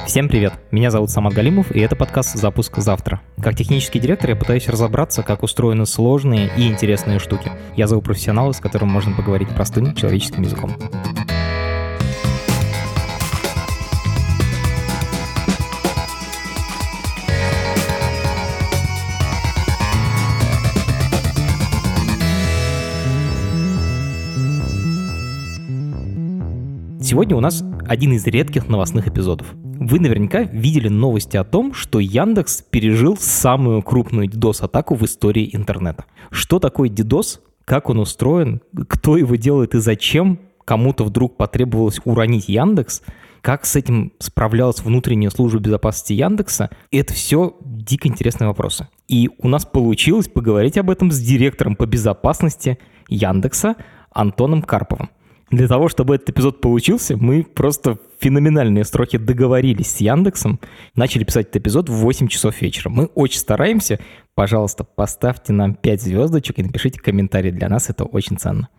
Всем привет! Меня зовут Самат Галимов, и это подкаст «Запуск завтра». Как технический директор я пытаюсь разобраться, как устроены сложные и интересные штуки. Я зову профессионала, с которым можно поговорить простым человеческим языком. Сегодня у нас один из редких новостных эпизодов. Вы наверняка видели новости о том, что Яндекс пережил самую крупную DDoS-атаку в истории интернета. Что такое DDoS, как он устроен, кто его делает и зачем кому-то вдруг потребовалось уронить Яндекс, как с этим справлялась внутренняя служба безопасности Яндекса, это все дико интересные вопросы. И у нас получилось поговорить об этом с директором по безопасности Яндекса Антоном Карповым. Для того, чтобы этот эпизод получился, мы просто в феноменальные сроки договорились с Яндексом, начали писать этот эпизод в 8 часов вечера. Мы очень стараемся. Пожалуйста, поставьте нам 5 звездочек и напишите комментарий. Для нас это очень ценно.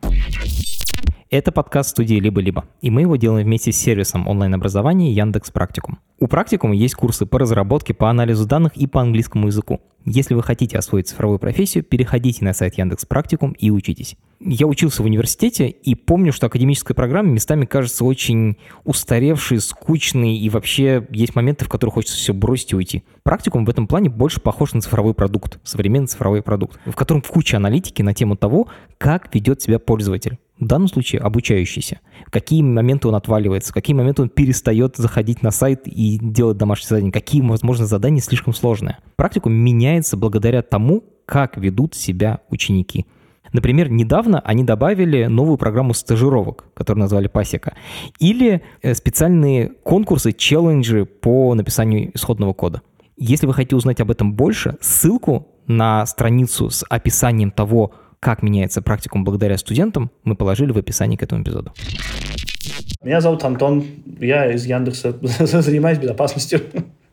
Это подкаст студии «Либо-либо», и мы его делаем вместе с сервисом онлайн-образования Яндекс Практикум. У Практикума есть курсы по разработке, по анализу данных и по английскому языку. Если вы хотите освоить цифровую профессию, переходите на сайт Яндекс Практикум и учитесь. Я учился в университете и помню, что академическая программа местами кажется очень устаревшей, скучной, и вообще есть моменты, в которых хочется все бросить и уйти. Практикум в этом плане больше похож на цифровой продукт, современный цифровой продукт, в котором куча аналитики на тему того, как ведет себя пользователь. В данном случае обучающийся. В какие моменты он отваливается, в какие моменты он перестает заходить на сайт и делать домашние задания, какие, возможно, задания слишком сложные. Практикум меняется благодаря тому, как ведут себя ученики. Например, недавно они добавили новую программу стажировок, которую назвали «Пасека», или специальные конкурсы, челленджи по написанию исходного кода. Если вы хотите узнать об этом больше, ссылку на страницу с описанием того, как меняется практикум благодаря студентам, мы положили в описании к этому эпизоду. Меня зовут Антон, я из Яндекса, занимаюсь безопасностью.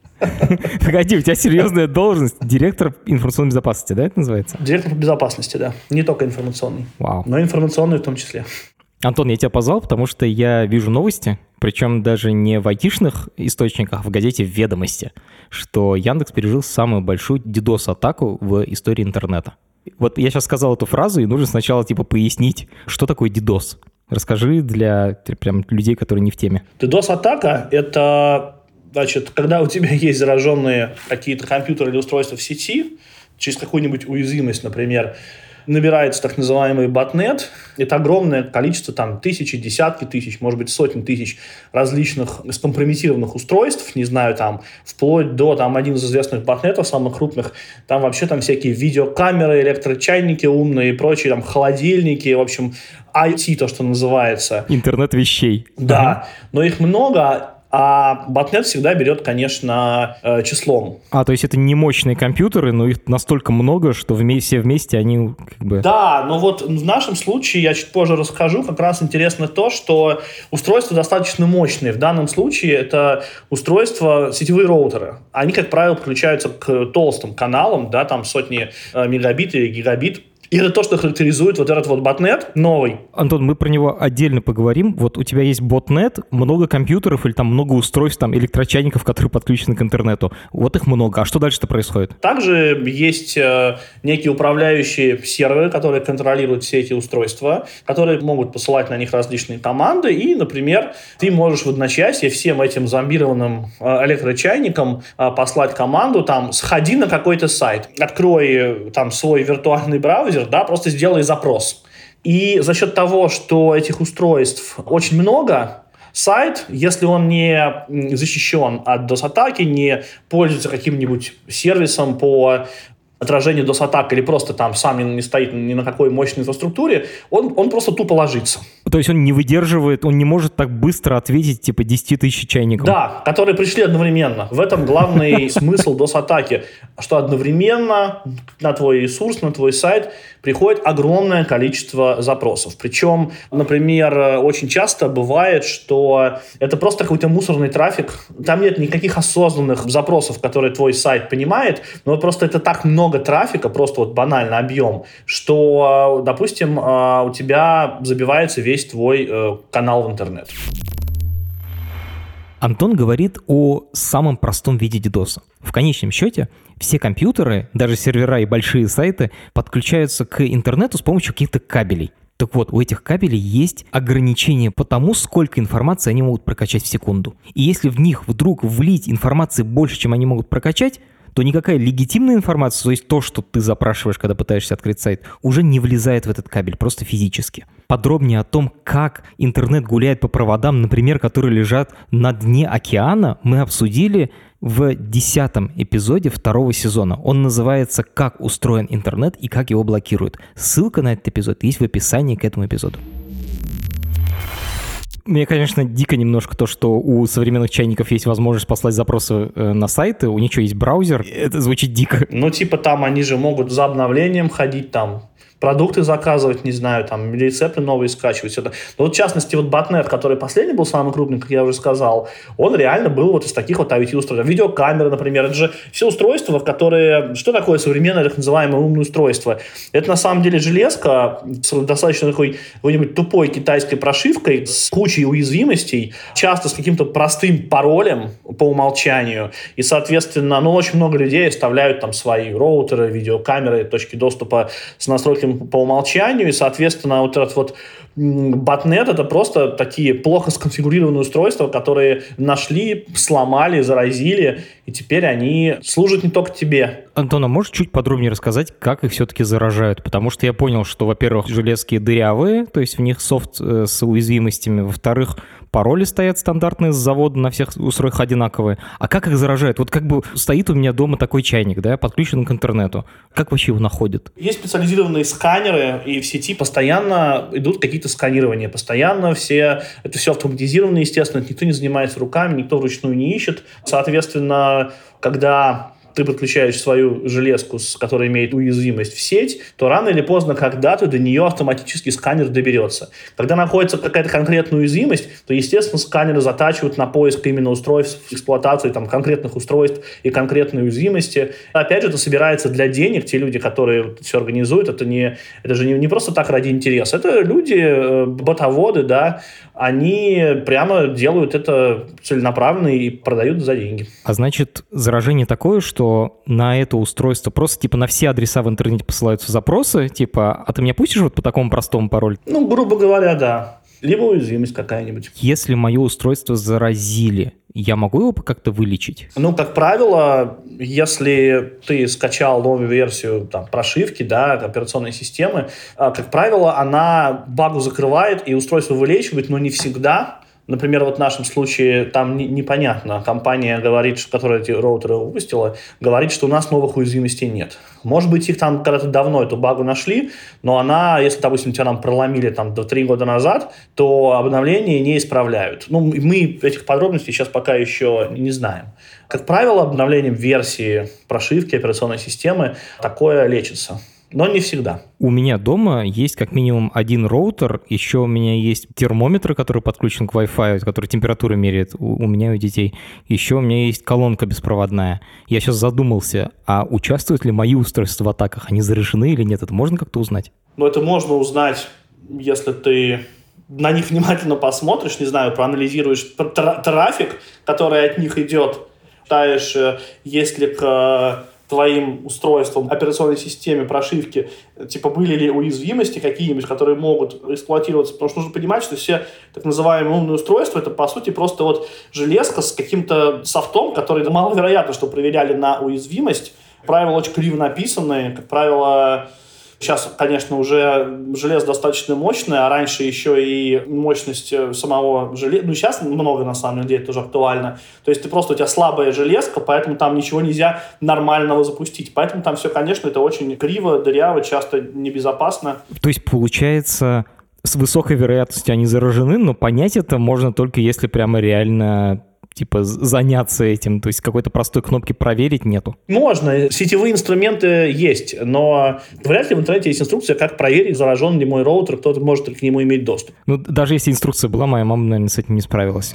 Погоди, у тебя серьезная должность, директор информационной безопасности, да, это называется? Директор по безопасности, да. Не только информационный, но информационный в том числе. Антон, я тебя позвал, потому что я вижу новости, причем даже не в айтишных источниках, а в газете «Ведомости», что Яндекс пережил самую большую DDoS-атаку в истории интернета. Вот я сейчас сказал эту фразу, и нужно сначала пояснить, что такое DDoS. Расскажи для прям людей, которые не в теме. DDoS-атака – это, значит, когда у тебя есть зараженные какие-то компьютеры или устройства в сети, через какую-нибудь уязвимость, например, набирается так называемый ботнет. Это огромное количество, тысячи, десятки тысяч, может быть, сотни тысяч различных скомпрометированных устройств, не знаю, вплоть до, один из известных ботнетов, самых крупных, вообще всякие видеокамеры, электрочайники умные и прочие, холодильники, в общем, IT, то, что называется. Интернет вещей. Да, но их много. А ботнет всегда берет, конечно, числом. То есть это не мощные компьютеры, но их настолько много, что все вместе они Да, но вот в нашем случае, я чуть позже расскажу, как раз интересно то, что устройства достаточно мощные. В данном случае это устройства, сетевые роутеры. Они, как правило, подключаются к толстым каналам, сотни мегабит или гигабит. И это то, что характеризует вот этот ботнет новый. Антон, мы про него отдельно поговорим. Вот у тебя есть ботнет, много компьютеров или много устройств, электрочайников, которые подключены к интернету. Вот их много. А что дальше-то происходит? Также есть некие управляющие серверы, которые контролируют все эти устройства, которые могут посылать на них различные команды. И, например, ты можешь в одночасье всем этим зомбированным электрочайникам послать команду, сходи на какой-то сайт, открой свой виртуальный браузер, просто сделай запрос. И за счет того, что этих устройств очень много, сайт, если он не защищен от DDoS-атаки, не пользуется каким-нибудь сервисом по отражению DDoS-атак или просто сам не стоит ни на какой мощной инфраструктуре, он просто тупо ложится. То есть он не выдерживает, он не может так быстро ответить 10 тысяч чайникам? Да, которые пришли одновременно. В этом главный смысл DDoS-атаки, что одновременно на твой ресурс, на твой сайт приходит огромное количество запросов. Причем, например, очень часто бывает, что это просто какой-то мусорный трафик. Там нет никаких осознанных запросов, которые твой сайт понимает, но просто это так много трафика, просто банально объем, что, допустим, у тебя забивается весь твой канал в интернет. Антон говорит о самом простом виде DDoS. В конечном счете, все компьютеры, даже сервера и большие сайты, подключаются к интернету с помощью каких-то кабелей. Так вот, у этих кабелей есть ограничения по тому, сколько информации они могут прокачать в секунду. И если в них вдруг влить информации больше, чем они могут прокачать, то никакая легитимная информация, то есть то, что ты запрашиваешь, когда пытаешься открыть сайт, уже не влезает в этот кабель, просто физически. Подробнее о том, как интернет гуляет по проводам, например, которые лежат на дне океана, мы обсудили в 10-м эпизоде 2-го сезона. Он называется «Как устроен интернет и как его блокируют». Ссылка на этот эпизод есть в описании к этому эпизоду. Мне, конечно, дико немножко то, что у современных чайников есть возможность послать запросы на сайты, у них что, есть браузер, это звучит дико. Ну, типа там они же могут за обновлением ходить, там продукты заказывать, не знаю, там рецепты новые скачивать. Но вот в частности, вот Ботнет, который последний был самый крупный, как я уже сказал, он реально был вот из таких вот IoT-устройств. Видеокамеры, например, это же все устройства, которые... Что такое современное, так называемое умное устройство? Это на самом деле железка с достаточно такой какой-нибудь тупой китайской прошивкой, с кучей уязвимостей, часто с каким-то простым паролем по умолчанию. И, соответственно, очень много людей оставляют там свои роутеры, видеокамеры, точки доступа с настройками по умолчанию, и, соответственно, вот этот вот ботнет — это просто такие плохо сконфигурированные устройства, которые нашли, сломали, заразили, и теперь они служат не только тебе. Антон, а можешь чуть подробнее рассказать, как их все-таки заражают? Потому что я понял, что, во-первых, железки дырявые, то есть в них софт с уязвимостями, во-вторых, пароли стоят стандартные с завода, на всех устройствах одинаковые. А как их заражают? Вот как бы стоит у меня дома такой чайник, да, подключен к интернету. Как вообще его находят? Есть специализированные сканеры, и в сети постоянно идут какие-то сканирования. Постоянно это все автоматизировано, естественно. Никто не занимается руками, никто вручную не ищет. Соответственно, когда ты подключаешь свою железку, которая имеет уязвимость в сеть, то рано или поздно когда-то до нее автоматически сканер доберется. Когда находится какая-то конкретная уязвимость, то, естественно, сканеры затачивают на поиск именно устройств, эксплуатации там, конкретных устройств и конкретной уязвимости. Опять же, это собирается для денег. Те люди, которые все организуют, это же не просто так ради интереса. Это люди, ботоводы, да, они прямо делают это целенаправленно и продают за деньги. А значит, заражение такое, что на это устройство просто типа на все адреса в интернете посылаются запросы, типа, а ты меня пустишь вот по такому простому паролю? Ну, грубо говоря, да. Либо уязвимость какая-нибудь. Если мое устройство заразили, я могу его как-то вылечить? Ну, как правило, если ты скачал новую версию там, прошивки, да, операционной системы, как правило, она багу закрывает и устройство вылечивает, но не всегда. Например, вот в нашем случае там непонятно. Компания говорит, которая эти роутеры выпустила, говорит, что у нас новых уязвимостей нет. Может быть, их там когда-то давно эту багу нашли, но она, если, допустим, тебя нам проломили там 3 года назад, то обновления не исправляют. Ну, мы этих подробностей сейчас пока еще не знаем. Как правило, обновлением версии прошивки операционной системы такое лечится. Но не всегда. У меня дома есть как минимум один роутер, еще у меня есть термометр, который подключен к Wi-Fi, который температуру меряет у меня и у детей. Еще у меня есть колонка беспроводная. Я сейчас задумался, а участвуют ли мои устройства в атаках? Они заражены или нет? Это можно как-то узнать? Ну, это можно узнать, если ты на них внимательно посмотришь, не знаю, проанализируешь трафик, который от них идет, считаешь, есть ли к твоим устройством, операционной системе, прошивки, типа были ли уязвимости какие-нибудь, которые могут эксплуатироваться. Потому что нужно понимать, что все так называемые умные устройства — это, по сути, просто вот железка с каким-то софтом, который маловероятно, что проверяли на уязвимость. Правила очень криво написанные. Как правило, сейчас, конечно, уже железо достаточно мощное, а раньше еще и мощность самого железа. Ну, сейчас много, на самом деле, это тоже актуально. То есть у тебя слабая железка, поэтому там ничего нельзя нормального запустить. Поэтому там все, конечно, это очень криво, дыряво, часто небезопасно. То есть, получается, с высокой вероятностью они заражены, но понять это можно только если прямо реально заняться этим, то есть какой-то простой кнопки проверить нету? Можно, сетевые инструменты есть, но вряд ли в интернете есть инструкция, как проверить, заражен ли мой роутер, кто-то может ли к нему иметь доступ. Ну, даже если инструкция была, моя мама, наверное, с этим не справилась.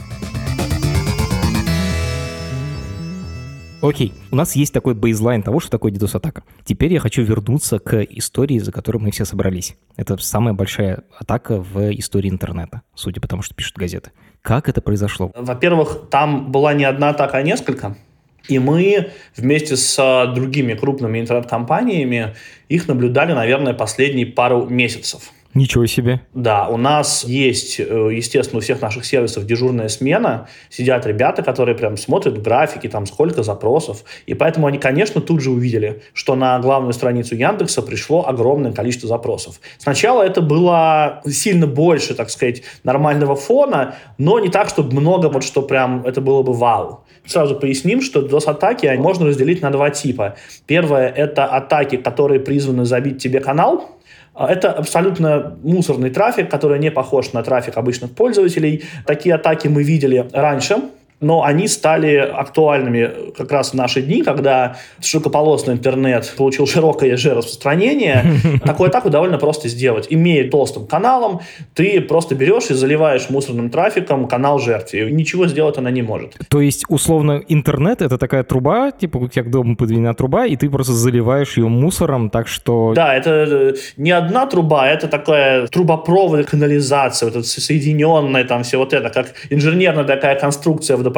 Окей, у нас есть такой бейзлайн того, что такое DDoS-атака. Теперь я хочу вернуться к истории, за которой мы все собрались. Это самая большая атака в истории интернета, судя по тому, что пишут газеты. Как это произошло? Во-первых, там была не одна атака, а несколько. И мы вместе с другими крупными интернет-компаниями их наблюдали, наверное, последние пару месяцев. Ничего себе. Да, у нас есть, естественно, у всех наших сервисов дежурная смена. Сидят ребята, которые прям смотрят графики, там сколько запросов. И поэтому они, конечно, тут же увидели, что на главную страницу Яндекса пришло огромное количество запросов. Сначала это было сильно больше, так сказать, нормального фона, но не так, чтобы много, вот что прям это было бы вау. Сразу поясним, что DDoS-атаки можно разделить на два типа. Первое – это атаки, которые призваны забить тебе канал. Это абсолютно мусорный трафик, который не похож на трафик обычных пользователей. Такие атаки мы видели раньше, но они стали актуальными как раз в наши дни, когда широкополосный интернет получил широкое же распространение. Такую атаку довольно просто сделать. Имея толстым каналом, ты просто берешь и заливаешь мусорным трафиком канал жертве. Ничего сделать она не может. То есть, условно, интернет — это такая труба, типа у тебя к дому подведена труба, и ты просто заливаешь ее мусором, так что... Да, это не одна труба, это такая трубопровод, канализация, вот это соединенная, там все вот это, как инженерная такая конструкция водопроводная.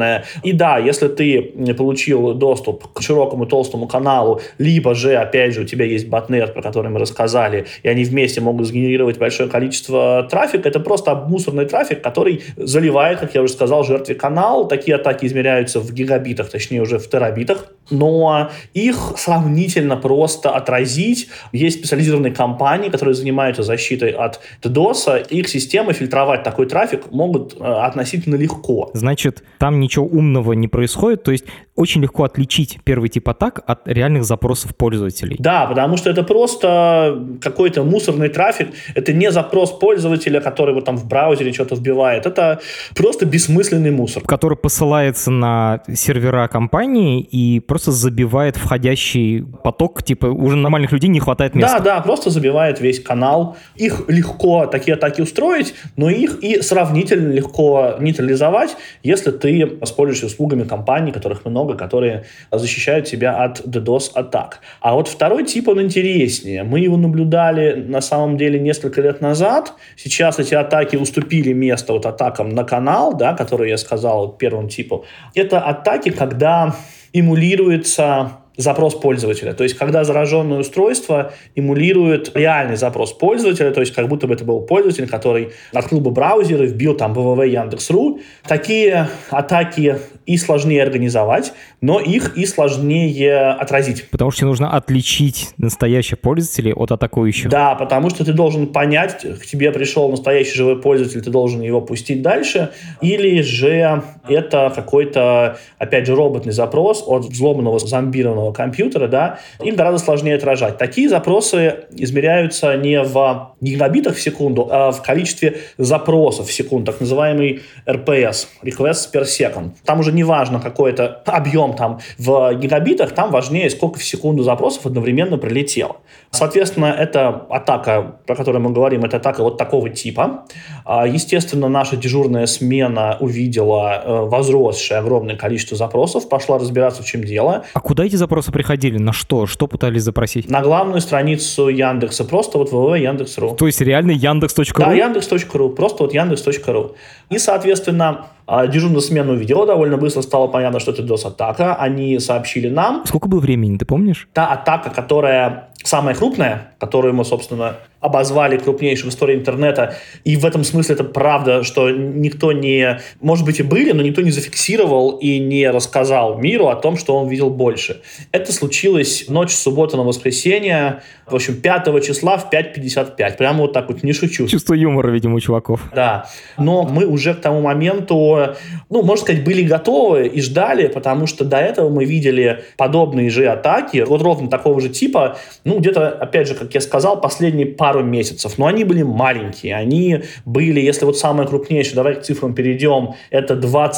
И да, если ты получил доступ к широкому толстому каналу, либо же, опять же, у тебя есть ботнет, про который мы рассказали, и они вместе могут сгенерировать большое количество трафика, это просто мусорный трафик, который заливает, как я уже сказал, жертве канал. Такие атаки измеряются в гигабитах, точнее уже в терабитах, но их сравнительно просто отразить. Есть специализированные компании, которые занимаются защитой от DDoS, их системы фильтровать такой трафик могут относительно легко. Значит, там ничего умного не происходит, то есть очень легко отличить первый тип атак от реальных запросов пользователей. Да, потому что это просто какой-то мусорный трафик, это не запрос пользователя, который вот там в браузере что-то вбивает, это просто бессмысленный мусор. Который посылается на сервера компании и просто забивает входящий поток, типа уже нормальных людей не хватает места. Да, просто забивает весь канал. Их легко такие атаки устроить, но их и сравнительно легко нейтрализовать, если ты воспользуешься услугами компаний, которых много, которые защищают тебя от DDoS-атак. А вот второй тип, он интереснее. Мы его наблюдали на самом деле несколько лет назад. Сейчас эти атаки уступили место вот атакам на канал, да, которые я сказал первому типу. Это атаки, когда эмулируется запрос пользователя. То есть, когда зараженное устройство эмулирует реальный запрос пользователя, то есть, как будто бы это был пользователь, который открыл бы браузер и вбил там www Яндекс.ру. Такие атаки и сложнее организовать, но их и сложнее отразить. Потому что тебе нужно отличить настоящих пользователей от атакующих. Да, потому что ты должен понять, к тебе пришел настоящий живой пользователь, ты должен его пустить дальше, или же это какой-то, опять же, роботный запрос от взломанного, зомбированного компьютера, да, им гораздо сложнее отражать. Такие запросы измеряются не в гигабитах в секунду, а в количестве запросов в секунду, так называемый RPS, Requests per Second. Там уже не важно какой-то объем там в гигабитах, там важнее, сколько в секунду запросов одновременно прилетело. Соответственно, эта атака, про которую мы говорим, это атака вот такого типа. Естественно, наша дежурная смена увидела возросшее огромное количество запросов, пошла разбираться, в чем дело. А куда эти запросы приходили? На что? Что пытались запросить? На главную страницу Яндекса, просто вот www Яндекс.ру. То есть реально Яндекс.ру? Да, Яндекс.ру, просто вот Яндекс.ру. И, соответственно, дежурная смена увидела, довольно быстро стало понятно, что это DDoS-атака. Они сообщили нам. Сколько было времени, ты помнишь? Та атака, которая самая крупная, которую мы, собственно, обозвали крупнейшей в истории интернета. И в этом смысле это правда, что никто не... Может быть, и были, но никто не зафиксировал и не рассказал миру о том, что он видел больше. Это случилось ночь с субботы на воскресенье, в общем, 5 числа в 5:55. Прямо вот так вот, не шучу. Чувство юмора, видимо, у чуваков. Да. Но мы уже к тому моменту, можно сказать, были готовы и ждали, потому что до этого мы видели подобные же атаки, вот ровно такого же типа, где-то, опять же, как я сказал, последние пару месяцев. Но они были маленькие. Они были, если вот самое крупнейшее, давай к цифрам перейдем, это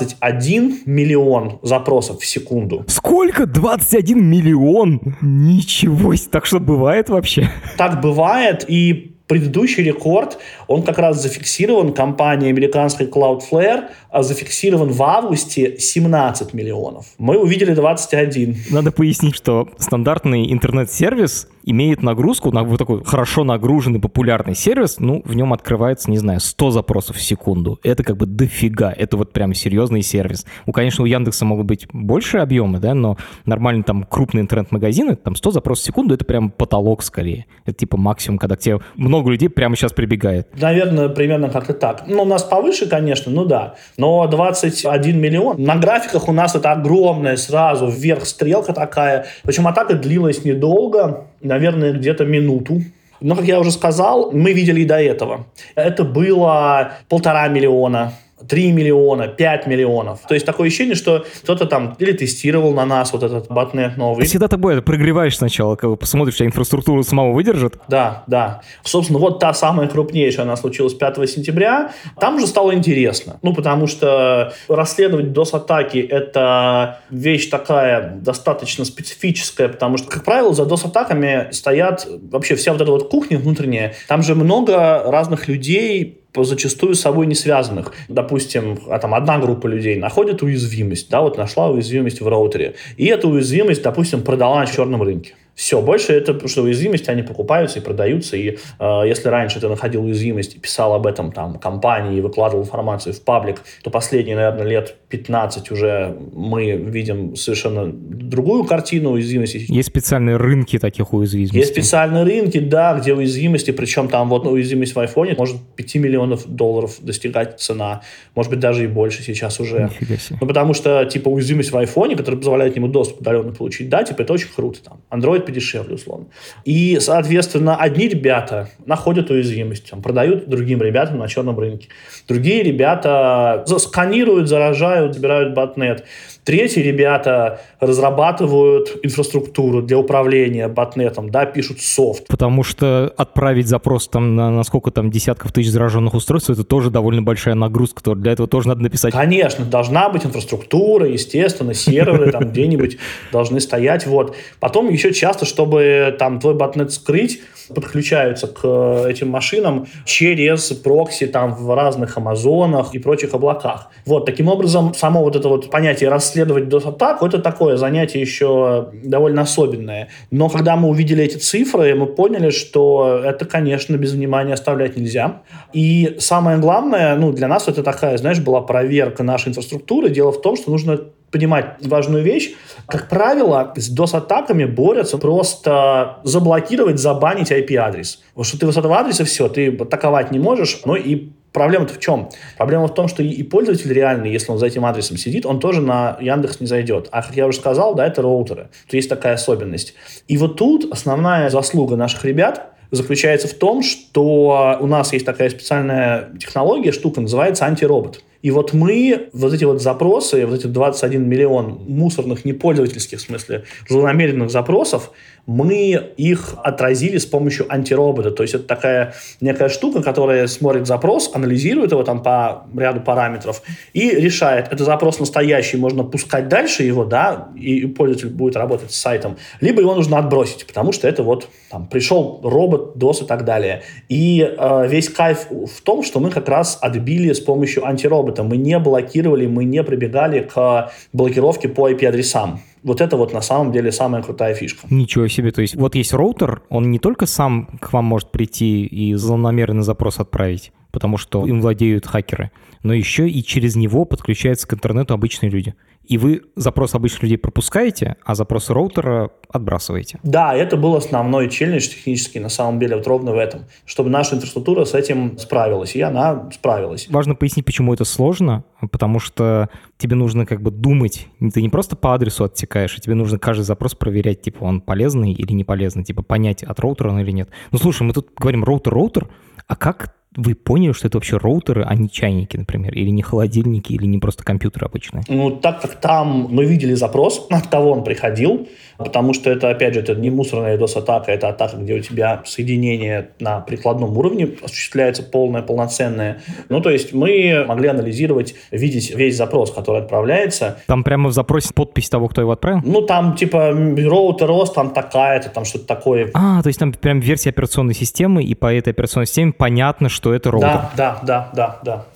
21 миллион запросов в секунду. Сколько? 21 миллион? Ничего себе. Так что бывает вообще? Так бывает, и предыдущий рекорд, он как раз зафиксирован компанией американской Cloudflare, зафиксирован в августе 17 миллионов. Мы увидели 21. Надо пояснить, что стандартный интернет-сервис имеет нагрузку на вот такой хорошо нагруженный популярный сервис, ну, в нем открывается, не знаю, 100 запросов в секунду. Это как бы дофига, это вот прям серьезный сервис. Конечно, у Яндекса могут быть больше объемы, да, но нормально там крупные интернет-магазины, там 100 запросов в секунду, это прям потолок скорее. Это типа максимум, когда к тебе много людей прямо сейчас прибегает. Наверное, примерно как-то так. Ну, у нас повыше, конечно, ну да. Но 21 миллион. На графиках у нас это огромная сразу вверх стрелка такая. Причем атака длилась недолго, наверное, где-то минуту. Но, как я уже сказал, мы видели и до этого. Это было 1,5 миллиона. 3 миллиона, 5 миллионов. То есть такое ощущение, что кто-то там или тестировал на нас вот этот ботнет новый. Всегда так бывает, прогреваешь сначала, как бы посмотришь, что инфраструктура самого выдержит. Да. Собственно, вот та самая крупнейшая, она случилась 5 сентября. Там уже стало интересно. Ну, потому что расследовать DOS-атаки — это вещь такая достаточно специфическая, потому что, как правило, за DOS-атаками стоят вообще вся вот эта вот кухня внутренняя. Там же много разных людей, зачастую с собой не связанных. Допустим, там одна группа людей находит уязвимость, да, вот нашла уязвимость в роутере, и эту уязвимость, допустим, продала на черном рынке. Все, больше это, потому что уязвимости, они покупаются и продаются, и если раньше ты находил уязвимость и писал об этом там компании и выкладывал информацию в паблик, то последние, наверное, лет 15 уже мы видим совершенно другую картину уязвимости. Есть специальные рынки таких уязвимостей. Есть специальные рынки, да, где уязвимости, причем там вот уязвимость в айфоне может $5 миллионов достигать цена, может быть, даже и больше сейчас уже. Нифига себе. Ну, потому что, типа, уязвимость в айфоне, которая позволяет ему доступ удаленно получить, да, типа, это очень круто, там, Android подешевле, условно. И, соответственно, одни ребята находят уязвимость, там, продают другим ребятам на черном рынке. Другие ребята сканируют, заражают, забирают ботнет. Третьи ребята разрабатывают инфраструктуру для управления ботнетом, да, пишут софт. Потому что отправить запрос там на сколько там десятков тысяч зараженных устройств, это тоже довольно большая нагрузка. Для этого тоже надо написать. Конечно, должна быть инфраструктура, естественно, серверы там где-нибудь должны стоять. Вот. Потом еще часто, чтобы там твой ботнет скрыть, подключаются к этим машинам через прокси там в разных Амазонах и прочих облаках. Вот, таким образом, само вот это вот понятие расследовать DOS-атаку, это такое занятие еще довольно особенное. Но когда мы увидели эти цифры, мы поняли, что это, конечно, без внимания оставлять нельзя. И самое главное, ну, для нас это такая, знаешь, была проверка нашей инфраструктуры. Дело в том, что нужно понимать важную вещь. Как правило, с DOS-атаками борются просто заблокировать, забанить IP-адрес. Вот что ты с этого адреса все, ты атаковать не можешь. Ну и проблема-то в чем? Проблема в том, что и пользователь реальный, если он за этим адресом сидит, он тоже на Яндекс не зайдет. А, как я уже сказал, да, это роутеры. Тут есть такая особенность. И вот тут основная заслуга наших ребят заключается в том, что у нас есть такая специальная технология, штука, называется антиробот. И вот мы вот эти вот запросы, вот эти 21 миллион мусорных, непользовательских, в смысле, злонамеренных запросов, мы их отразили с помощью антиробота. То есть это такая некая штука, которая смотрит запрос, анализирует его там по ряду параметров и решает, это запрос настоящий, можно пускать дальше его, да, и пользователь будет работать с сайтом, либо его нужно отбросить, потому что это вот там пришел робот, DOS и так далее. И весь кайф в том, что мы как раз отбили с помощью антиробота. Мы не блокировали, мы не прибегали к блокировке по IP-адресам. Вот это вот на самом деле самая крутая фишка. Ничего себе. То есть вот есть роутер, он не только сам к вам может прийти и злонамеренный запрос отправить, потому что им владеют хакеры, но еще и через него подключаются к интернету обычные люди. И вы запрос обычных людей пропускаете, а запрос роутера отбрасываете. Да, это был основной челлендж технический, на самом деле, вот ровно в этом, чтобы наша инфраструктура с этим справилась, и она справилась. Важно пояснить, почему это сложно, потому что тебе нужно как бы думать, ты не просто по адресу оттекаешь, а тебе нужно каждый запрос проверять, типа он полезный или не полезный, типа понять, от роутера он или нет. Ну, слушай, мы тут говорим роутер, а как вы поняли, что это вообще роутеры, а не чайники, например, или не холодильники, или не просто компьютеры обычные? Ну, так как там мы видели запрос, от кого он приходил, потому что это, опять же, это не мусорная DOS-атака, это атака, где у тебя соединение на прикладном уровне осуществляется полное, полноценное. Ну, то есть мы могли анализировать, видеть весь запрос, который отправляется. Там прямо в запросе подпись того, кто его отправил? Ну, там типа роутер ROS, там такая-то, там что-то такое. А, то есть там прям версия операционной системы, и по этой операционной системе понятно, что это роутер. Да.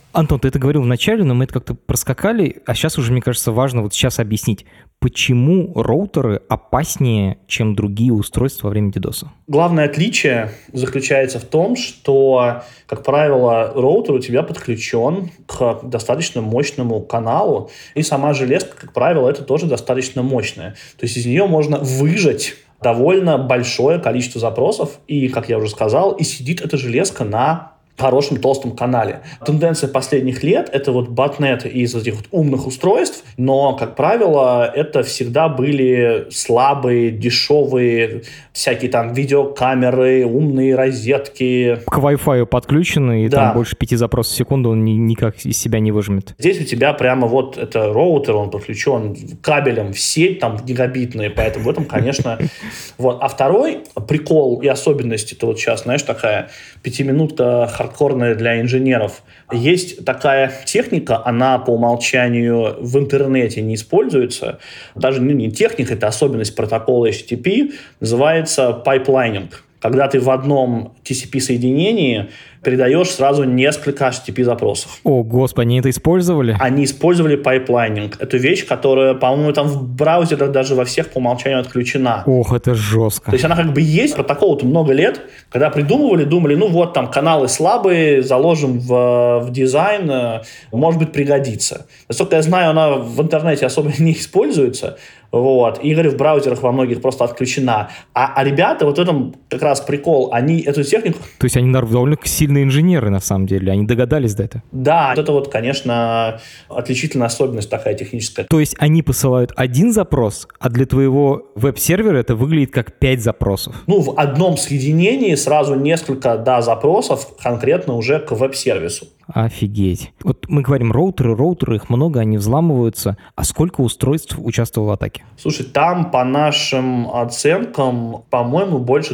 Антон, ты это говорил в начале, но мы это как-то проскакали, а сейчас уже, мне кажется, важно вот сейчас объяснить, почему роутеры опаснее, чем другие устройства во время DDoS. Главное отличие заключается в том, что, как правило, роутер у тебя подключен к достаточно мощному каналу, и сама железка, как правило, это тоже достаточно мощная. То есть из нее можно выжать довольно большое количество запросов, и, как я уже сказал, и сидит эта железка на хорошем толстом канале. Тенденция последних лет — это вот ботнет из этих вот умных устройств, но, как правило, это всегда были слабые, дешевые, всякие там видеокамеры, умные розетки. К Wi-Fi подключены, и там больше 5 запросов в секунду он никак из себя не выжмет. Здесь у тебя прямо вот это роутер, он подключен кабелем в сеть, там гигабитные, поэтому в этом, конечно... Вот. А второй прикол и особенность, это вот сейчас, знаешь, такая 5-минутка хардкорная для инженеров. Есть такая техника, она по умолчанию в интернете не используется. Даже не техника, это особенность протокола HTTP, называется пайплайнинг. Когда ты в одном TCP-соединении передаешь сразу несколько HTTP-запросов. О, господи, они это использовали? Они использовали пайплайнинг. Это вещь, которая, по-моему, там в браузерах даже во всех по умолчанию отключена. Ох, это жестко. То есть она как бы есть, протокол-то много лет. Когда придумывали, думали, ну вот там каналы слабые, заложим в дизайн, может быть, пригодится. Насколько я знаю, она в интернете особо не используется. Вот. И, говорю, в браузерах во многих просто отключена. А ребята, вот в этом как раз прикол, они эту технику... То есть они довольно сильные инженеры, на самом деле, они догадались до этого? Да, это вот, конечно, отличительная особенность такая техническая. То есть они посылают один запрос, а для твоего веб-сервера это выглядит как 5 запросов? Ну, в одном соединении сразу несколько, запросов конкретно уже к веб-сервису. Офигеть. Вот мы говорим роутеры, их много, они взламываются. А сколько устройств участвовало в атаке? Слушай, там по нашим оценкам, по-моему, больше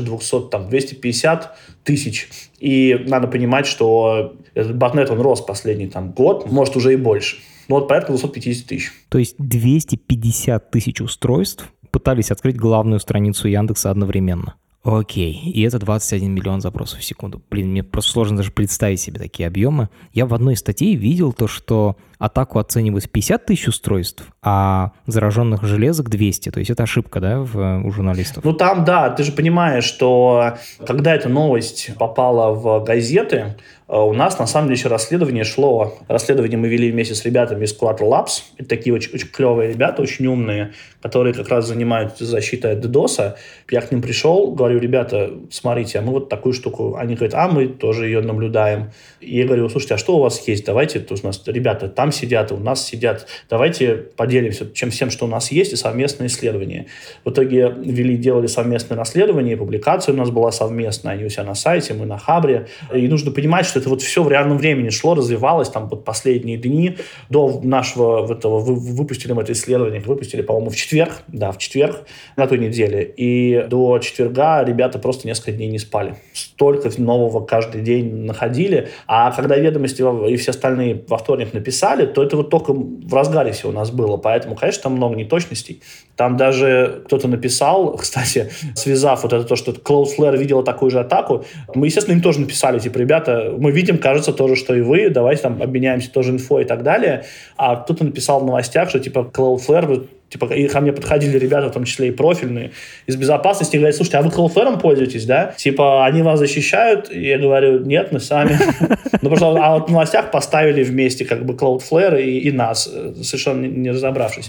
250 тысяч. И надо понимать, что этот ботнет, он рос последний год, может, уже и больше. Ну вот порядка 250 тысяч. То есть 250 тысяч устройств пытались открыть главную страницу Яндекса одновременно. Окей, и это 21 миллион запросов в секунду. Блин, мне просто сложно даже представить себе такие объемы. Я в одной из статей видел то, что атаку оценивают в 50 тысяч устройств, а зараженных железок 200. То есть это ошибка, да, у журналистов? Ну там, да, ты же понимаешь, что когда эта новость попала в газеты, у нас, на самом деле, еще расследование шло. Расследование мы вели вместе с ребятами из Collateral Labs. Это такие очень, очень клевые ребята, очень умные, которые как раз занимаются защитой от DDoS. Я к ним пришел, говорю, ребята, смотрите, а мы вот такую штуку. Они говорят, а мы тоже ее наблюдаем. И я говорю, слушайте, а что у вас есть? Давайте, то у нас ребята там сидят, у нас сидят. Давайте поделимся всем, что у нас есть, и совместное исследование. В итоге делали совместное расследование, публикация у нас была совместная, они у себя на сайте, мы на Хабре. И нужно понимать, что это вот все в реальном времени шло, развивалось там вот последние дни до нашего выпустили мы это исследование, выпустили, по-моему, в четверг на той неделе. И до четверга ребята просто несколько дней не спали. Столько нового каждый день находили. А когда ведомости и все остальные во вторник написали, то это вот только в разгаре все у нас было. Поэтому, конечно, там много неточностей. Там даже кто-то написал, кстати, связав вот это то, что Cloudflare видела такую же атаку, мы, естественно, им тоже написали, типа, ребята, мы видим, кажется, то же, что и вы, давайте там обменяемся тоже инфо и так далее. А кто-то написал в новостях, что, типа, Cloudflare, типа, и ко мне подходили ребята, в том числе и профильные, из безопасности, и говорят, слушайте, а вы Cloudflare пользуетесь, да? Типа, они вас защищают? И я говорю, нет, мы сами. Ну, просто, а вот в новостях поставили вместе, как бы, Cloudflare и нас, совершенно не разобравшись.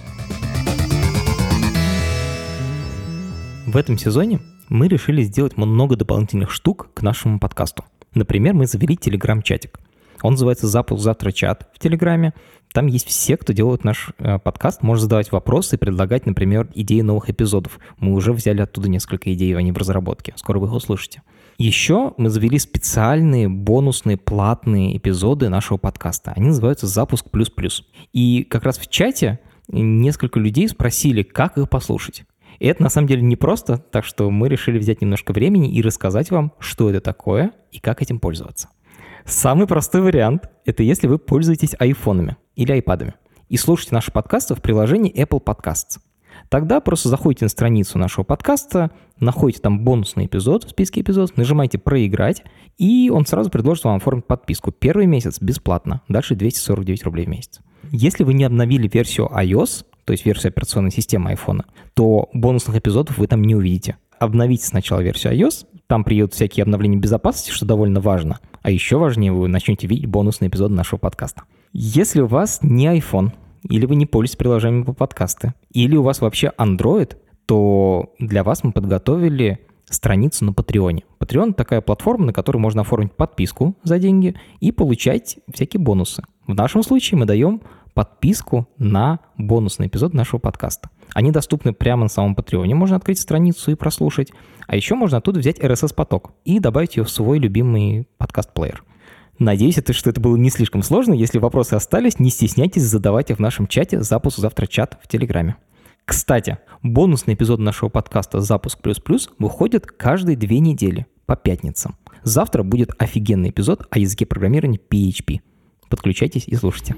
В этом сезоне мы решили сделать много дополнительных штук к нашему подкасту. Например, мы завели телеграм-чатик. Он называется «Запуск завтра чат» в Телеграме. Там есть все, кто делает наш подкаст, может задавать вопросы и предлагать, например, идеи новых эпизодов. Мы уже взяли оттуда несколько идей, они в разработке. Скоро вы их услышите. Еще мы завели специальные бонусные платные эпизоды нашего подкаста. Они называются «Запуск плюс-плюс». И как раз в чате несколько людей спросили, как их послушать. И это на самом деле непросто, так что мы решили взять немножко времени и рассказать вам, что это такое и как этим пользоваться. Самый простой вариант – это если вы пользуетесь айфонами или айпадами и слушаете наши подкасты в приложении Apple Podcasts. Тогда просто заходите на страницу нашего подкаста, находите там бонусный эпизод в списке эпизодов, нажимаете «Проиграть», и он сразу предложит вам оформить подписку. Первый месяц бесплатно, дальше 249 рублей в месяц. Если вы не обновили версию iOS, то есть версию операционной системы iPhone, то бонусных эпизодов вы там не увидите. Обновите сначала версию iOS, там приедут всякие обновления безопасности, что довольно важно. А еще важнее, вы начнете видеть бонусные эпизоды нашего подкаста. Если у вас не iPhone, или вы не пользуетесь приложением по подкасты, или у вас вообще Android, то для вас мы подготовили страницу на Patreon. Patreon — такая платформа, на которой можно оформить подписку за деньги и получать всякие бонусы. В нашем случае мы даем подписку на бонусный эпизод нашего подкаста. Они доступны прямо на самом Patreon. Можно открыть страницу и прослушать. А еще можно оттуда взять RSS-поток и добавить ее в свой любимый подкаст-плеер. Надеюсь, что это было не слишком сложно. Если вопросы остались, не стесняйтесь задавать их в нашем чате «Запуск завтра чат» в Телеграме. Кстати, бонусный эпизод нашего подкаста «Запуск ++» выходит каждые 2 недели по пятницам. Завтра будет офигенный эпизод о языке программирования PHP. Подключайтесь и слушайте.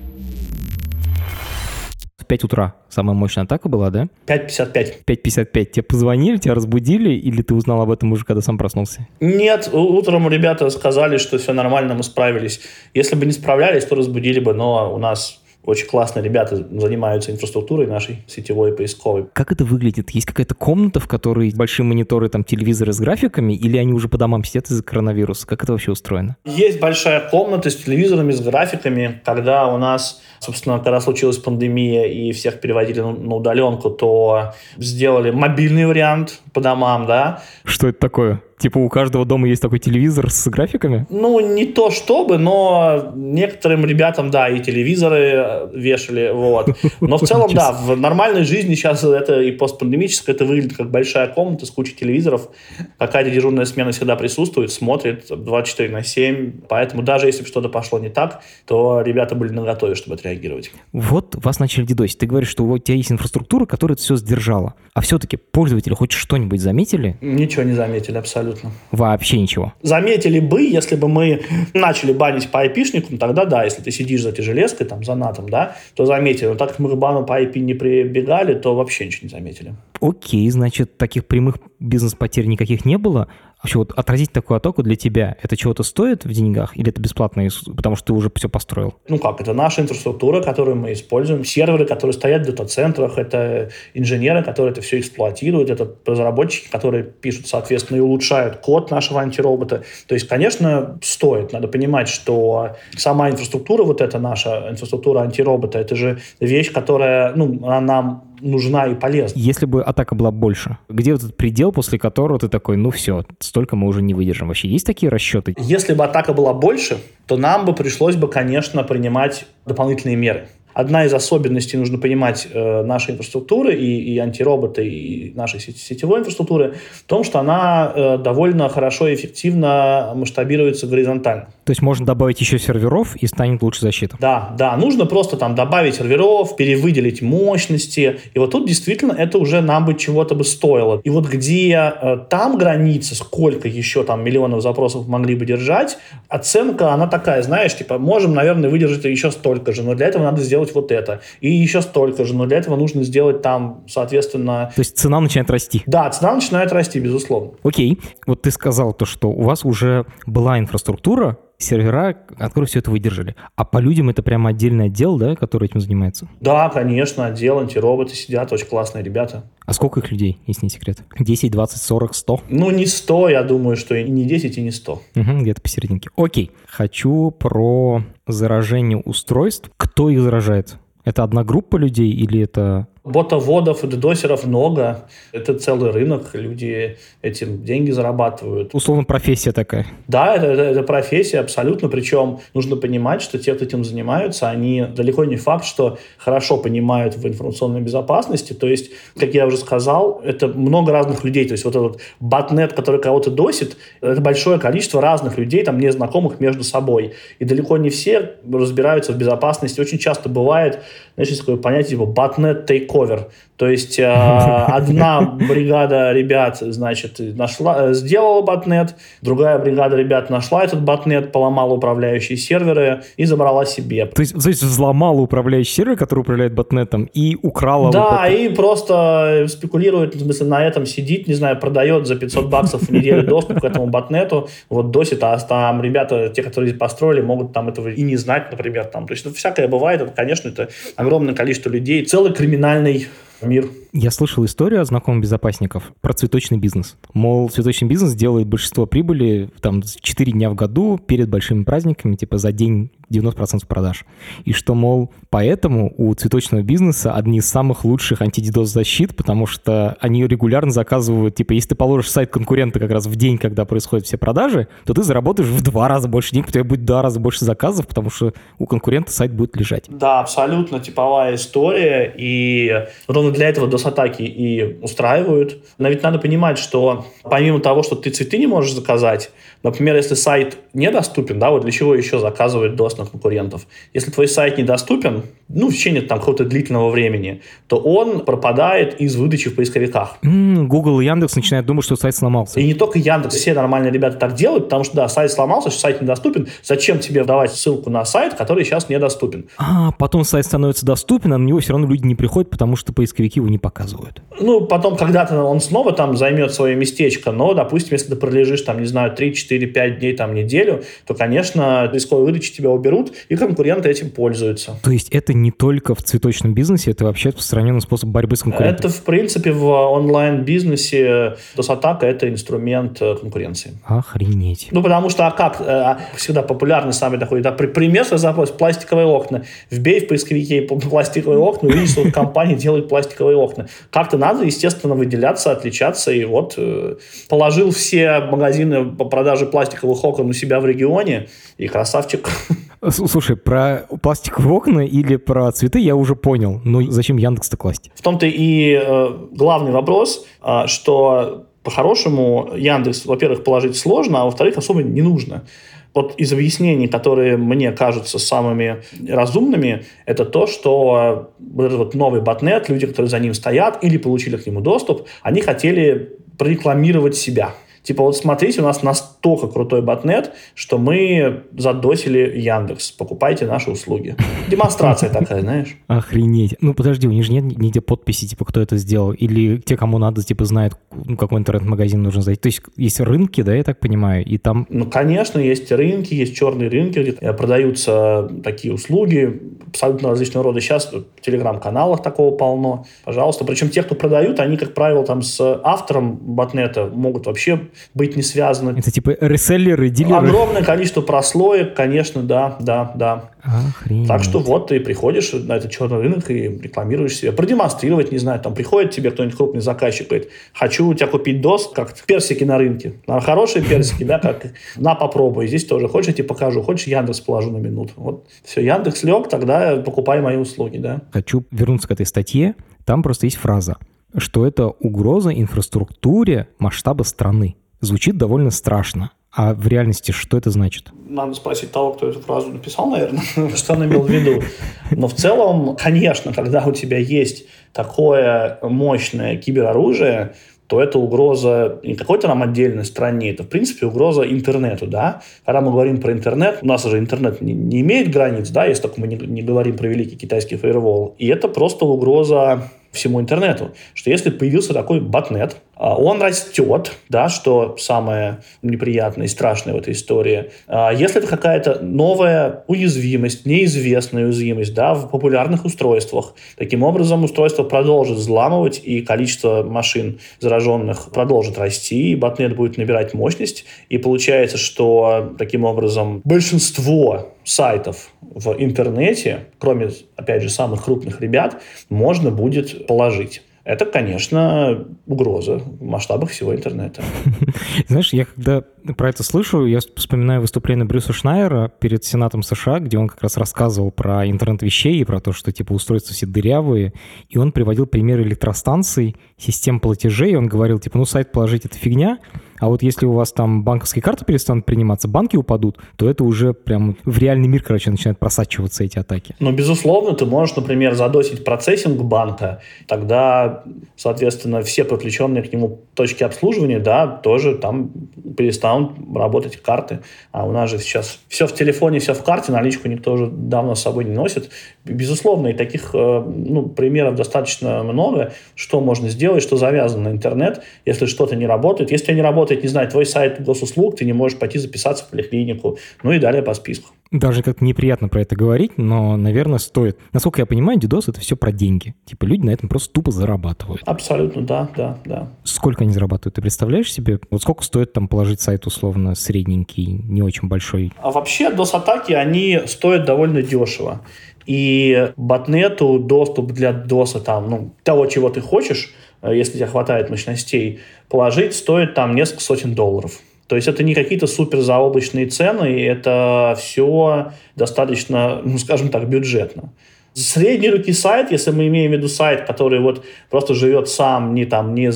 В 5 утра самая мощная атака была, да? 5:55. 5:55. Тебе позвонили, тебя разбудили, или ты узнал об этом уже, когда сам проснулся? Нет, утром ребята сказали, что все нормально, мы справились. Если бы не справлялись, то разбудили бы, но у нас очень классные ребята занимаются инфраструктурой нашей сетевой и поисковой. Как это выглядит? Есть какая-то комната, в которой большие мониторы, там телевизоры с графиками, или они уже по домам сидят из-за коронавируса? Как это вообще устроено? Есть большая комната с телевизорами, с графиками. Когда у нас, собственно, когда случилась пандемия и всех переводили на удаленку, то сделали мобильный вариант по домам, да. Что это такое? Типа у каждого дома есть такой телевизор с графиками? Ну, не то чтобы, но некоторым ребятам, да, и телевизоры вешали, вот. Но в целом, да, в нормальной жизни сейчас это и постпандемическое, это выглядит как большая комната с кучей телевизоров. Какая-то дежурная смена всегда присутствует, смотрит 24/7. Поэтому даже если бы что-то пошло не так, то ребята были наготове, чтобы отреагировать. Вот вас начали дидосить. Ты говоришь, что у тебя есть инфраструктура, которая это все сдержала. А все-таки пользователи хоть что-нибудь заметили? Ничего не заметили, абсолютно. Вообще ничего. Заметили бы, если бы мы начали банить по IP-шникам, тогда да, если ты сидишь за этой железкой, там, за NAT, да, то заметили. Но так как мы к бану по IP не прибегали, то вообще ничего не заметили. Окей, значит, таких прямых бизнес-потерь никаких не было. Вообще, вот отразить такую атаку для тебя, это чего-то стоит в деньгах или это бесплатно, потому что ты уже все построил? Ну как, это наша инфраструктура, которую мы используем, серверы, которые стоят в дата-центрах, это инженеры, которые это все эксплуатируют, это разработчики, которые пишут, соответственно, и улучшают код нашего антиробота. То есть, конечно, стоит. Надо понимать, что сама инфраструктура, вот эта наша инфраструктура антиробота, это же вещь, которая, она нам нужна и полезна. Если бы атака была больше, где вот этот предел, после которого ты такой, ну все, столько мы уже не выдержим? Вообще есть такие расчеты? Если бы атака была больше, то нам бы пришлось бы, конечно, принимать дополнительные меры. Одна из особенностей, нужно понимать, нашей инфраструктуры и антиробота, и нашей сетевой инфраструктуры в том, что она довольно хорошо и эффективно масштабируется горизонтально. То есть можно добавить еще серверов и станет лучше защита? Да, нужно просто там добавить серверов, перевыделить мощности, и вот тут действительно это уже нам бы чего-то бы стоило. И вот где там граница, сколько еще там миллионов запросов могли бы держать, оценка, она такая, знаешь, типа, можем, наверное, выдержать еще столько же, но для этого надо сделать вот это. И еще столько же, но для этого нужно сделать там, соответственно... То есть цена начинает расти? Да, цена начинает расти, безусловно. Окей. Вот ты сказал то, что у вас уже была инфраструктура, сервера, которые все это выдержали. А по людям это прямо отдельный отдел, да, который этим занимается? Да, конечно, отдел, антироботы сидят, очень классные ребята. А сколько их людей, если не секрет? 10, 20, 40, 100? Ну, не 100, я думаю, что и не 10, и не 100. Где-то посерединке. Окей. Хочу про заражение устройств. Кто их заражает? Это одна группа людей или это... Ботоводов и дедосеров много. Это целый рынок. Люди этим деньги зарабатывают. Условно, профессия такая. Да, это профессия абсолютно. Причем нужно понимать, что те, кто этим занимаются, они далеко не факт, что хорошо понимают в информационной безопасности. То есть, как я уже сказал, это много разных людей. То есть, вот этот ботнет, который кого-то досит, это большое количество разных людей, там, незнакомых между собой. И далеко не все разбираются в безопасности. Очень часто бывает, знаешь, есть такое понятие, типа ботнет тейк-офф. тейк-овер. То есть одна бригада ребят, значит, сделала ботнет, другая бригада ребят нашла этот ботнет, поломала управляющие серверы и забрала себе. То есть взломала управляющий сервер, который управляет ботнетом, и украла... Да, и просто спекулирует, в смысле, на этом сидит, не знаю, продает за $500 в неделю доступ к этому ботнету, вот досит, а там ребята, те, которые построили, могут там этого и не знать, например. Там. То есть всякое бывает, это, конечно, это огромное количество людей, целый криминальный мир. Я слышал историю от знакомых безопасников про цветочный бизнес. Мол, цветочный бизнес делает большинство прибыли там 4 дня в году перед большими праздниками, типа за день 90% продаж. И что, мол, поэтому у цветочного бизнеса одни из самых лучших антидидос-защит, потому что они регулярно заказывают, типа, если ты положишь сайт конкурента как раз в день, когда происходят все продажи, то ты заработаешь в 2 раза больше денег, у тебя будет в 2 раза больше заказов, потому что у конкурента сайт будет лежать. Да, абсолютно типовая история, и ровно для этого DOS-атаки и устраивают. Но ведь надо понимать, что помимо того, что ты цветы не можешь заказать, например, если сайт недоступен, да, вот для чего еще заказывают DOS на конкурентов? Если твой сайт недоступен, в течение там какого-то длительного времени, то он пропадает из выдачи в поисковиках. Google и Яндекс начинают думать, что сайт сломался. И не только Яндекс, все нормальные ребята так делают, потому что, да, сайт сломался, сайт недоступен. Зачем тебе давать ссылку на сайт, который сейчас недоступен? Потом сайт становится доступен, а на него все равно люди не приходят, потому что поисковики его не показывают. Потом когда-то он снова там займет свое местечко, но, допустим, если ты пролежишь, там, не знаю, 3, 4, 5 дней, там, неделю, то, конечно, поисковые выдачи тебя уберут, и конкуренты этим пользуются. То есть это не только в цветочном бизнесе, это вообще распространенный способ борьбы с конкурентом? Это, в принципе, в онлайн-бизнесе DOS-атака – это инструмент конкуренции. Охренеть. Потому что, всегда популярный самый такой, пример запрос, пластиковые окна. Вбей в поисковике пластиковые окна, увидишь, что компания делает пластиковые окна. Как-то надо, естественно, выделяться, отличаться, и вот положил все магазины по продаже пластиковых окон у себя в регионе, и красавчик. Слушай, про пластиковые окна или про цветы я уже понял, но зачем Яндекс-то класть? В том-то и главный вопрос, что по-хорошему Яндекс, во-первых, положить сложно, а во-вторых, особо не нужно. Вот из объяснений, которые мне кажутся самыми разумными, это то, что вот новый ботнет, люди, которые за ним стоят или получили к нему доступ, они хотели прорекламировать себя. Типа, вот смотрите, у нас настолько крутой ботнет, что мы задосили Яндекс. Покупайте наши услуги. Демонстрация такая, знаешь. Охренеть. Подожди, у них же нет нигде подписи, типа, кто это сделал? Или те, кому надо, типа, знают, какой интернет-магазин нужно зайти? То есть есть рынки, да, я так понимаю, и там... Конечно, есть рынки, есть черные рынки, где продаются такие услуги абсолютно различного рода. Сейчас в телеграм-каналах такого полно. Пожалуйста. Причем те, кто продают, они, как правило, там с автором ботнета могут вообще быть не связаны. Это типа реселлеры, дилеры? Огромное количество прослоек, конечно, да. Охренеть. Так что вот ты приходишь на этот черный рынок и рекламируешь себя. Продемонстрировать, не знаю, там приходит тебе кто-нибудь крупный заказчик, говорит, хочу у тебя купить DOS, как персики на рынке. Хорошие персики, да, как на попробуй. Здесь тоже. Хочешь, я тебе покажу, хочешь, Яндекс положу на минуту. Вот все, Яндекс лег, тогда покупай мои услуги, да. Хочу вернуться к этой статье. Там просто есть фраза, что это угроза инфраструктуре масштаба страны. Звучит довольно страшно. А в реальности что это значит? Надо спросить того, кто эту фразу написал, наверное, что он имел в виду. Но в целом, конечно, когда у тебя есть такое мощное кибероружие, то это угроза не какой-то нам отдельной стране, это, в принципе, угроза интернету, да. Когда мы говорим про интернет, у нас уже интернет не имеет границ, да, если только мы не говорим про великий китайский фаервол. И это просто угроза всему интернету, что если появился такой ботнет, он растет, да, что самое неприятное и страшное в этой истории. Если это какая-то новая уязвимость, неизвестная уязвимость, да, в популярных устройствах, таким образом устройство продолжит взламывать, и количество машин зараженных продолжит расти, и ботнет будет набирать мощность, и получается, что таким образом большинство сайтов в интернете, кроме, опять же, самых крупных ребят, можно будет положить. Это, конечно, угроза в масштабах всего интернета. Знаешь, я когда про это слышу, я вспоминаю выступление Брюса Шнайера перед Сенатом США, где он как раз рассказывал про интернет вещей и про то, что типа устройства все дырявые, и он приводил примеры электростанций, систем платежей, и он говорил, типа, сайт положить — это фигня, А вот если у вас там банковские карты перестанут приниматься, банки упадут, то это уже прям в реальный мир, начинают просачиваться эти атаки. Ну, безусловно, ты можешь, например, задосить процессинг банка, тогда, соответственно, все подключенные к нему точки обслуживания, да, тоже там перестанут работать карты. А у нас же сейчас все в телефоне, все в карте, наличку никто уже давно с собой не носит. Безусловно, и таких примеров достаточно много, что можно сделать, что завязано на интернет, если что-то не работает. Если не работает, не знаю, твой сайт госуслуг, ты не можешь пойти записаться в поликлинику, ну и далее по списку. Даже как-то неприятно про это говорить, но, наверное, стоит. Насколько я понимаю, DDoS — это все про деньги. Типа люди на этом просто тупо зарабатывают. Абсолютно, да. Сколько они зарабатывают? Ты представляешь себе? Вот сколько стоит там положить сайт условно средненький, не очень большой? А вообще DOS-атаки, они стоят довольно дешево. И ботнету доступ для DOS, того, чего ты хочешь, если тебе хватает мощностей, положить стоит там несколько сотен долларов. То есть это не какие-то супер заоблачные цены, это все достаточно, скажем так, бюджетно. Средний руки сайт, если мы имеем в виду сайт, который вот просто живет сам, не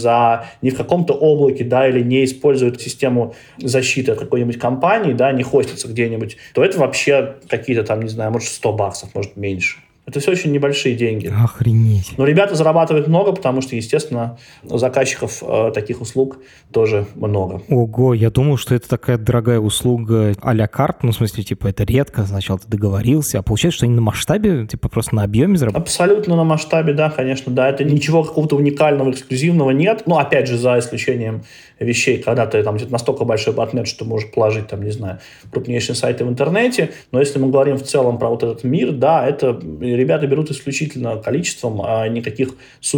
в каком-то облаке, да, или не использует систему защиты какой-нибудь компании, да, не хостится где-нибудь, то это вообще какие-то там, не знаю, может $100, может меньше. Это все очень небольшие деньги. Охренеть. Но ребята зарабатывают много, потому что, естественно, у заказчиков таких услуг тоже много. Ого, я думал, что это такая дорогая услуга а-ля карт, в смысле, это редко, сначала ты договорился, а получается, что они на масштабе, просто на объеме зарабатывают? Абсолютно на масштабе, да, конечно, да. Это ничего какого-то уникального, эксклюзивного нет. Ну, опять же, за исключением вещей, когда ты там настолько большой ботнет, что можешь положить, не знаю, крупнейшие сайты в интернете. Но если мы говорим в целом про вот этот мир, да, это ребята берут исключительно количеством, а никакого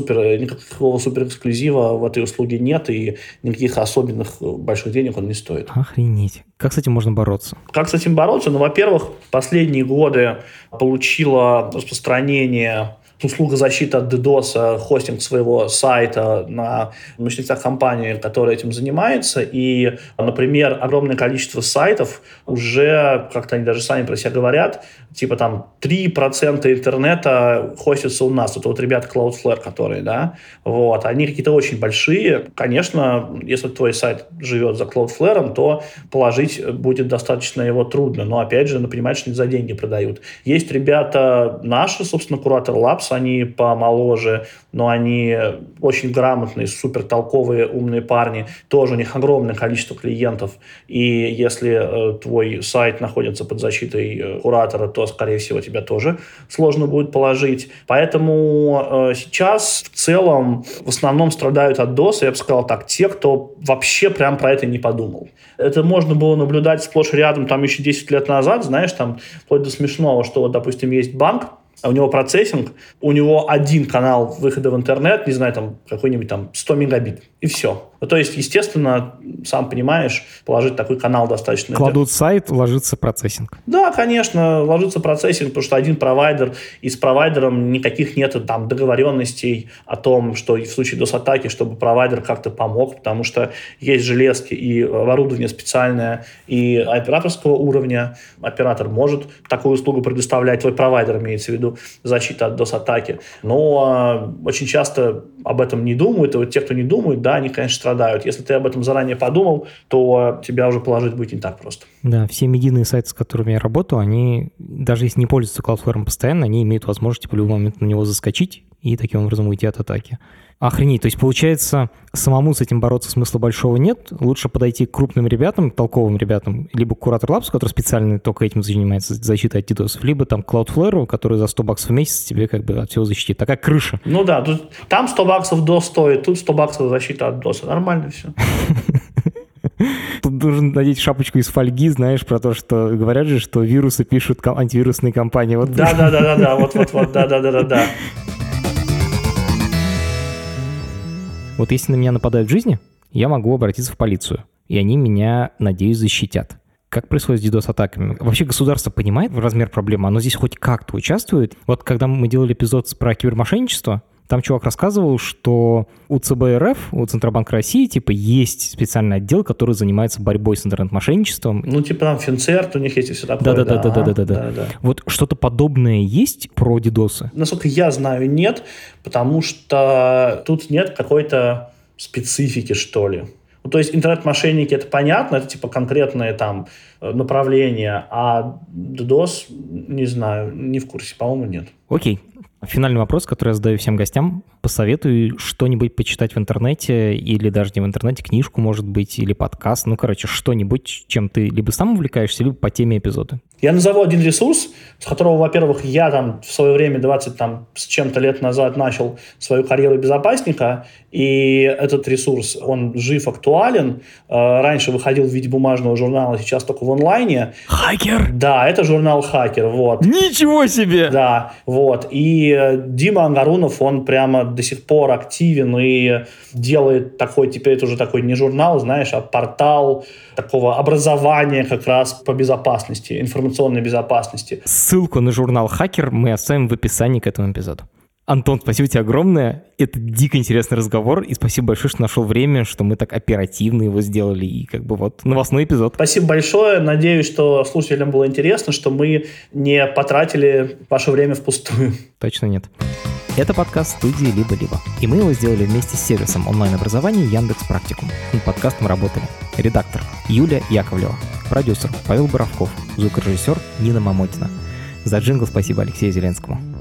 суперэксклюзива в этой услуге нет, и никаких особенных больших денег он не стоит. Охренеть. Как с этим можно бороться? Как с этим бороться? Во-первых, последние годы получила распространение услуга защиты от DDoS, хостинг своего сайта на мощностях компании, которая этим занимается. И, например, огромное количество сайтов уже, как-то они даже сами про себя говорят, 3% интернета хостится у нас. Это ребята Cloudflare, которые, да, они какие-то очень большие. Конечно, если твой сайт живет за Cloudflare, то положить будет достаточно его трудно. Но, опять же, понимаешь, что не за деньги продают. Есть ребята наши, собственно, Curator Labs, они помоложе, но они очень грамотные, супер толковые, умные парни. Тоже у них огромное количество клиентов. И если твой сайт находится под защитой куратора, то, скорее всего, тебя тоже сложно будет положить. Поэтому сейчас в целом в основном страдают от DOS, я бы сказал так, те, кто вообще прям про это не подумал. Это можно было наблюдать сплошь рядом еще 10 лет назад, знаешь, вплоть до смешного, что допустим, есть банк, у него процессинг, у него один канал выхода в интернет, не знаю, какой-нибудь 100 мегабит, и все. То есть, естественно, сам понимаешь, положить такой канал достаточно... Кладут сайт, ложится процессинг. Да, конечно, ложится процессинг, потому что один провайдер, и с провайдером никаких нет договоренностей о том, что в случае DOS-атаки, чтобы провайдер как-то помог, потому что есть железки и оборудование специальное, и операторского уровня. Оператор может такую услугу предоставлять, твой провайдер имеется в виду, защита от DOS-атаки. Но очень часто об этом не думают, и вот те, кто не думают, да, они, конечно, страдают. Если ты об этом заранее подумал, то тебя уже положить будет не так просто. Да, все медийные сайты, с которыми я работаю, они, даже если не пользуются Cloudflare постоянно, они имеют возможность в любой момент на него заскочить и таким образом уйти от атаки. Охренеть, то есть, получается, самому с этим бороться смысла большого нет. Лучше подойти к крупным ребятам, толковым ребятам, либо к Curator Labs, который специально только этим занимается, защитой от DDoS, либо к Cloudflare, который за $100 в месяц тебе от всего защитит. Такая крыша. Ну да, там $100 DOS стоит, тут $100 защита от DOS. Нормально все. Тут должен надеть шапочку из фольги, знаешь, про то, что говорят же, что вирусы пишут антивирусные компании. Да, вот, да. Вот если на меня нападают в жизни, я могу обратиться в полицию, и они меня, надеюсь, защитят. Как происходит с DDoS-атаками? Вообще государство понимает размер проблемы? Оно здесь хоть как-то участвует? Вот когда мы делали эпизод про кибермошенничество, там чувак рассказывал, что у ЦБ РФ, у Центробанка России, есть специальный отдел, который занимается борьбой с интернет-мошенничеством. Финцерт, у них есть и все такое. Да. Вот что-то подобное есть про DDoS? Насколько я знаю, нет, потому что тут нет какой-то специфики, что ли. Ну, то есть интернет-мошенники — это понятно, это типа конкретное там направление, а DDoS, не знаю, не в курсе, по-моему, нет. Окей. Финальный вопрос, который я задаю всем гостям. Посоветую что-нибудь почитать в интернете, или даже не в интернете, книжку, может быть, или подкаст. Ну, короче, что-нибудь, чем ты либо сам увлекаешься, либо по теме эпизода. Я назову один ресурс, с которого, во-первых, я там в свое время, 20 там, с чем-то лет назад, начал свою карьеру безопасника, и этот ресурс, он жив, актуален. Раньше выходил в виде бумажного журнала, сейчас только в онлайне. Хакер! Да, это журнал «Хакер», вот. Ничего себе! Да, вот. И Дима Ангарунов, он прямо до сих пор активен и делает такой, теперь это уже такой не журнал, знаешь, а портал такого образования как раз по безопасности, информационной безопасности. Ссылку на журнал «Хакер» мы оставим в описании к этому эпизоду. Антон, спасибо тебе огромное. Это дико интересный разговор, и спасибо большое, что нашел время, что мы так оперативно его сделали, и как бы вот новостной эпизод. Спасибо большое. Надеюсь, что слушателям было интересно, что мы не потратили ваше время впустую. Точно нет. Это подкаст студии «Либо-либо», и мы его сделали вместе с сервисом онлайн-образования Яндекс.Практикум. Над подкастом работали редактор Юлия Яковлева, продюсер Павел Боровков, звукорежиссер Нина Мамотина. За джингл спасибо Алексею Зеленскому.